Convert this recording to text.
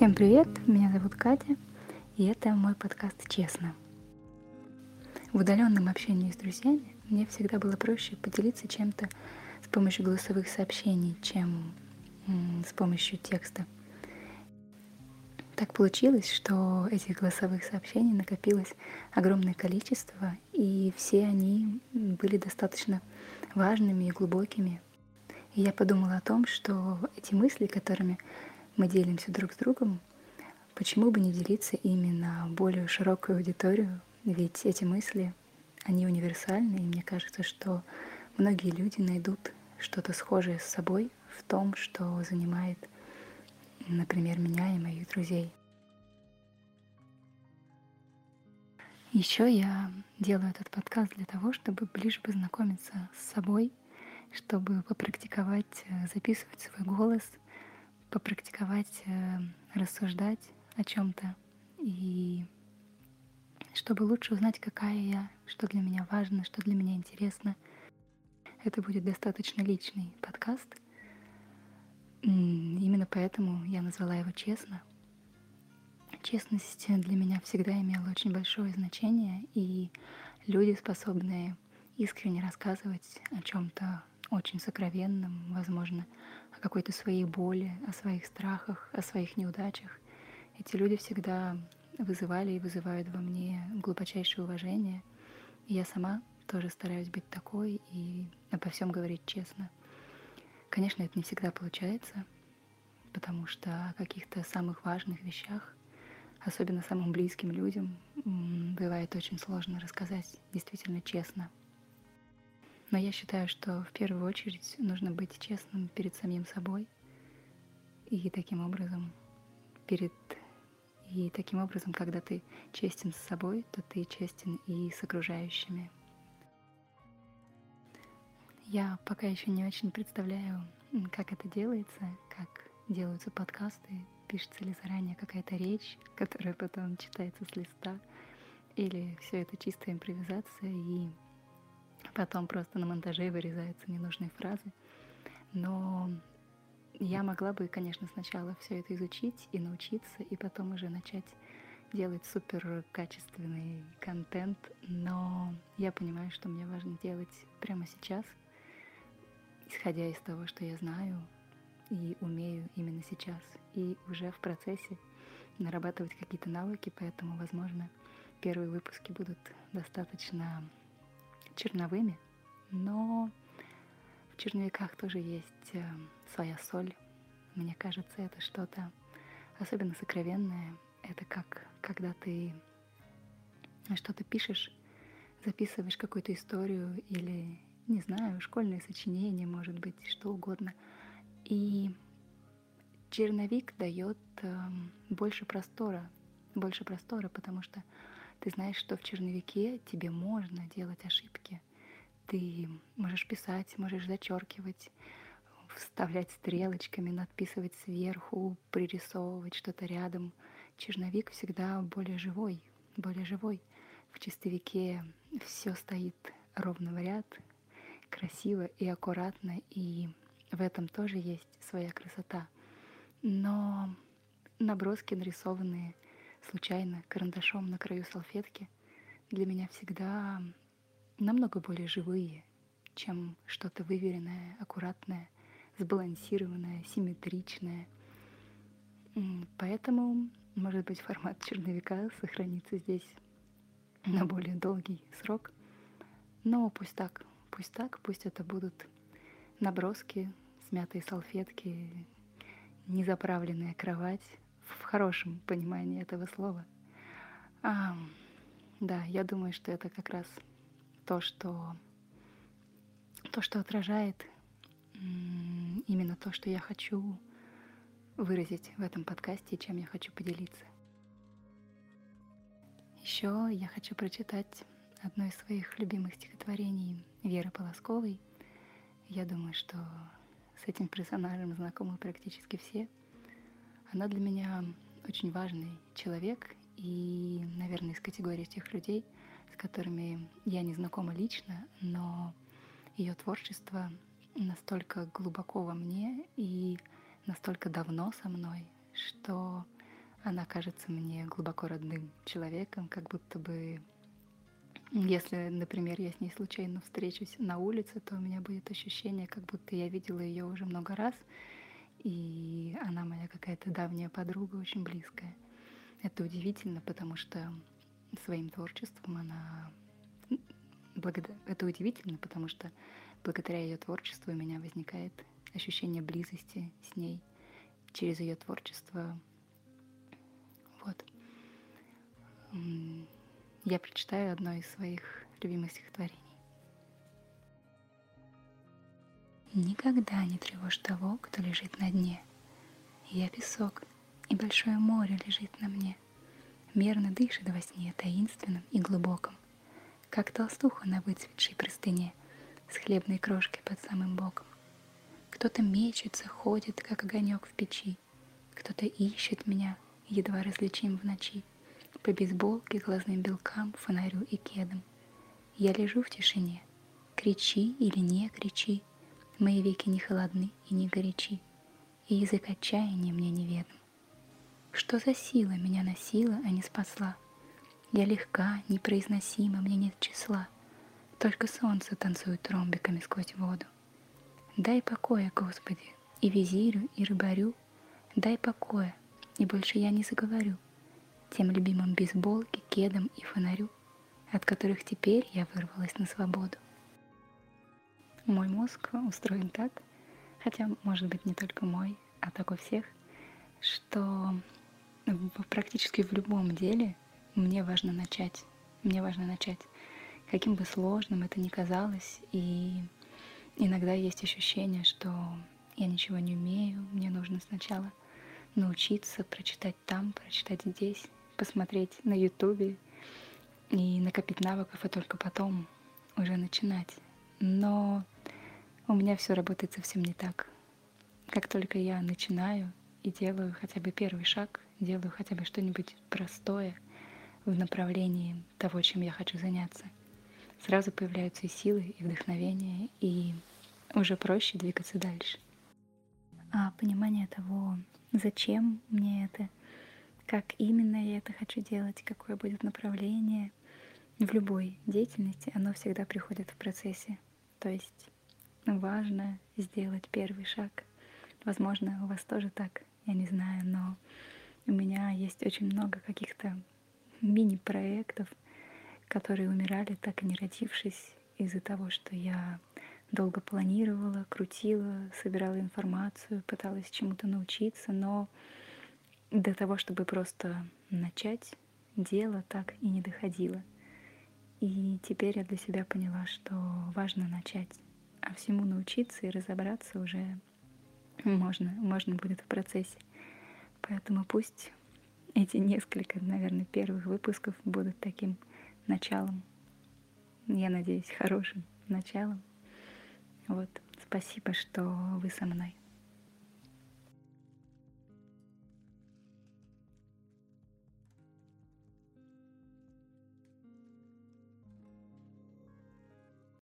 Всем привет, меня зовут Катя, и это мой подкаст «Честно». В удаленном общении с друзьями мне всегда было проще поделиться чем-то с помощью голосовых сообщений, чем с помощью текста. Так получилось, что этих голосовых сообщений накопилось огромное количество, и все они были достаточно важными и глубокими. И я подумала о том, что эти мысли, которыми мы делимся друг с другом, почему бы не делиться ими на более широкую аудиторию? Ведь эти мысли, они универсальны, и мне кажется, что многие люди найдут что-то схожее с собой в том, что занимает, например, меня и моих друзей. Еще я делаю этот подкаст для того, чтобы ближе познакомиться с собой, чтобы попрактиковать записывать свой голос, попрактиковать рассуждать о чем-то и чтобы лучше узнать, какая я, что для меня важно, что для меня интересно. Это будет достаточно личный подкаст. Именно поэтому я назвала его «Честно». Честность для меня всегда имела очень большое значение, и люди, способные искренне рассказывать о чем-то очень сокровенном, возможно, о какой-то своей боли, о своих страхах, о своих неудачах, эти люди всегда вызывали и вызывают во мне глубочайшее уважение. И я сама тоже стараюсь быть такой и обо всем говорить честно. Конечно, это не всегда получается, потому что о каких-то самых важных вещах, особенно самым близким людям, бывает очень сложно рассказать действительно честно. Но я считаю, что в первую очередь нужно быть честным перед самим собой и таким образом когда ты честен с собой, то ты честен и с окружающими. Я пока еще не очень представляю, как это делается, как делаются подкасты, пишется ли заранее какая-то речь, которая потом читается с листа, или все это чистая импровизация, и потом просто на монтаже вырезаются ненужные фразы. Но я могла бы, конечно, сначала все это изучить и научиться, и потом уже начать делать супер качественный контент, но я понимаю, что мне важно делать прямо сейчас, исходя из того, что я знаю и умею именно сейчас, и уже в процессе нарабатывать какие-то навыки, поэтому, возможно, первые выпуски будут достаточно черновыми, но в черновиках тоже есть своя соль. Мне кажется, это что-то особенно сокровенное. Это как когда ты что-то пишешь, записываешь какую-то историю или, не знаю, школьное сочинение, может быть, что угодно. И черновик дает больше простора, потому что ты знаешь, что в черновике тебе можно делать ошибки. Ты можешь писать, можешь зачеркивать, вставлять стрелочками, надписывать сверху, пририсовывать что-то рядом. Черновик всегда более живой, более живой. В чистовике все стоит ровно в ряд, красиво и аккуратно, и в этом тоже есть своя красота. Но наброски, нарисованные случайно карандашом на краю салфетки, для меня всегда намного более живые, чем что-то выверенное, аккуратное, сбалансированное, симметричное. Поэтому, может быть, формат черновика сохранится здесь на более долгий срок. Но пусть так, пусть это будут наброски, смятые салфетки, незаправленная кровать, в хорошем понимании этого слова. Да, я думаю, что это как раз то, что отражает именно то, что я хочу выразить в этом подкасте и чем я хочу поделиться. Еще я хочу прочитать одно из своих любимых стихотворений Веры Полосковой. Я думаю, что с этим персонажем знакомы практически все. Она для меня очень важный человек и, наверное, из категории тех людей, с которыми я не знакома лично, но ее творчество настолько глубоко во мне и настолько давно со мной, что она кажется мне глубоко родным человеком, как будто бы, если, например, я с ней случайно встречусь на улице, то у меня будет ощущение, как будто я видела ее уже много раз, и она моя какая-то давняя подруга, очень близкая. Это удивительно, потому что своим творчеством она... Это удивительно, потому что благодаря ее творчеству у меня возникает ощущение близости с ней через ее творчество. Вот. Я прочитаю одно из своих любимых стихотворений. Никогда не тревожь того, кто лежит на дне. Я песок, и большое море лежит на мне. Мерно дышит во сне таинственным и глубоком, как толстуха на выцветшей простыне с хлебной крошкой под самым боком. Кто-то мечется, ходит, как огонек в печи, кто-то ищет меня, едва различим в ночи, по бейсболке, глазным белкам, фонарю и кедам. Я лежу в тишине, кричи или не кричи, мои веки не холодны и не горячи, и язык отчаяния мне неведом. Что за сила меня носила, а не спасла? Я легка, непроизносима, мне нет числа, только солнце танцует ромбиками сквозь воду. Дай покоя, Господи, и визирю, и рыбарю, дай покоя, и больше я не заговорю тем любимым бейсболке, кедам и фонарю, от которых теперь я вырвалась на свободу. Мой мозг устроен так, хотя, может быть, не только мой, а так у всех, что практически в любом деле мне важно начать. Мне важно начать, каким бы сложным это ни казалось, и иногда есть ощущение, что я ничего не умею, мне нужно сначала научиться прочитать там, прочитать здесь, посмотреть на Ютубе и накопить навыков, и только потом уже начинать. Но у меня все работает совсем не так. Как только я начинаю и делаю хотя бы первый шаг, делаю хотя бы что-нибудь простое в направлении того, чем я хочу заняться, сразу появляются и силы, и вдохновение, и уже проще двигаться дальше. А понимание того, зачем мне это, как именно я это хочу делать, какое будет направление в любой деятельности, оно всегда приходит в процессе. То есть важно сделать первый шаг. Возможно, у вас тоже так, я не знаю, но у меня есть очень много каких-то мини-проектов, которые умирали, так и не родившись, из-за того, что я долго планировала, крутила, собирала информацию, пыталась чему-то научиться, но до того, чтобы просто начать, дело так и не доходило. И теперь я для себя поняла, что важно начать, а всему научиться и разобраться уже можно будет в процессе. Поэтому пусть эти несколько, наверное, первых выпусков будут таким началом. Я надеюсь, хорошим началом. Вот. Спасибо, что вы со мной.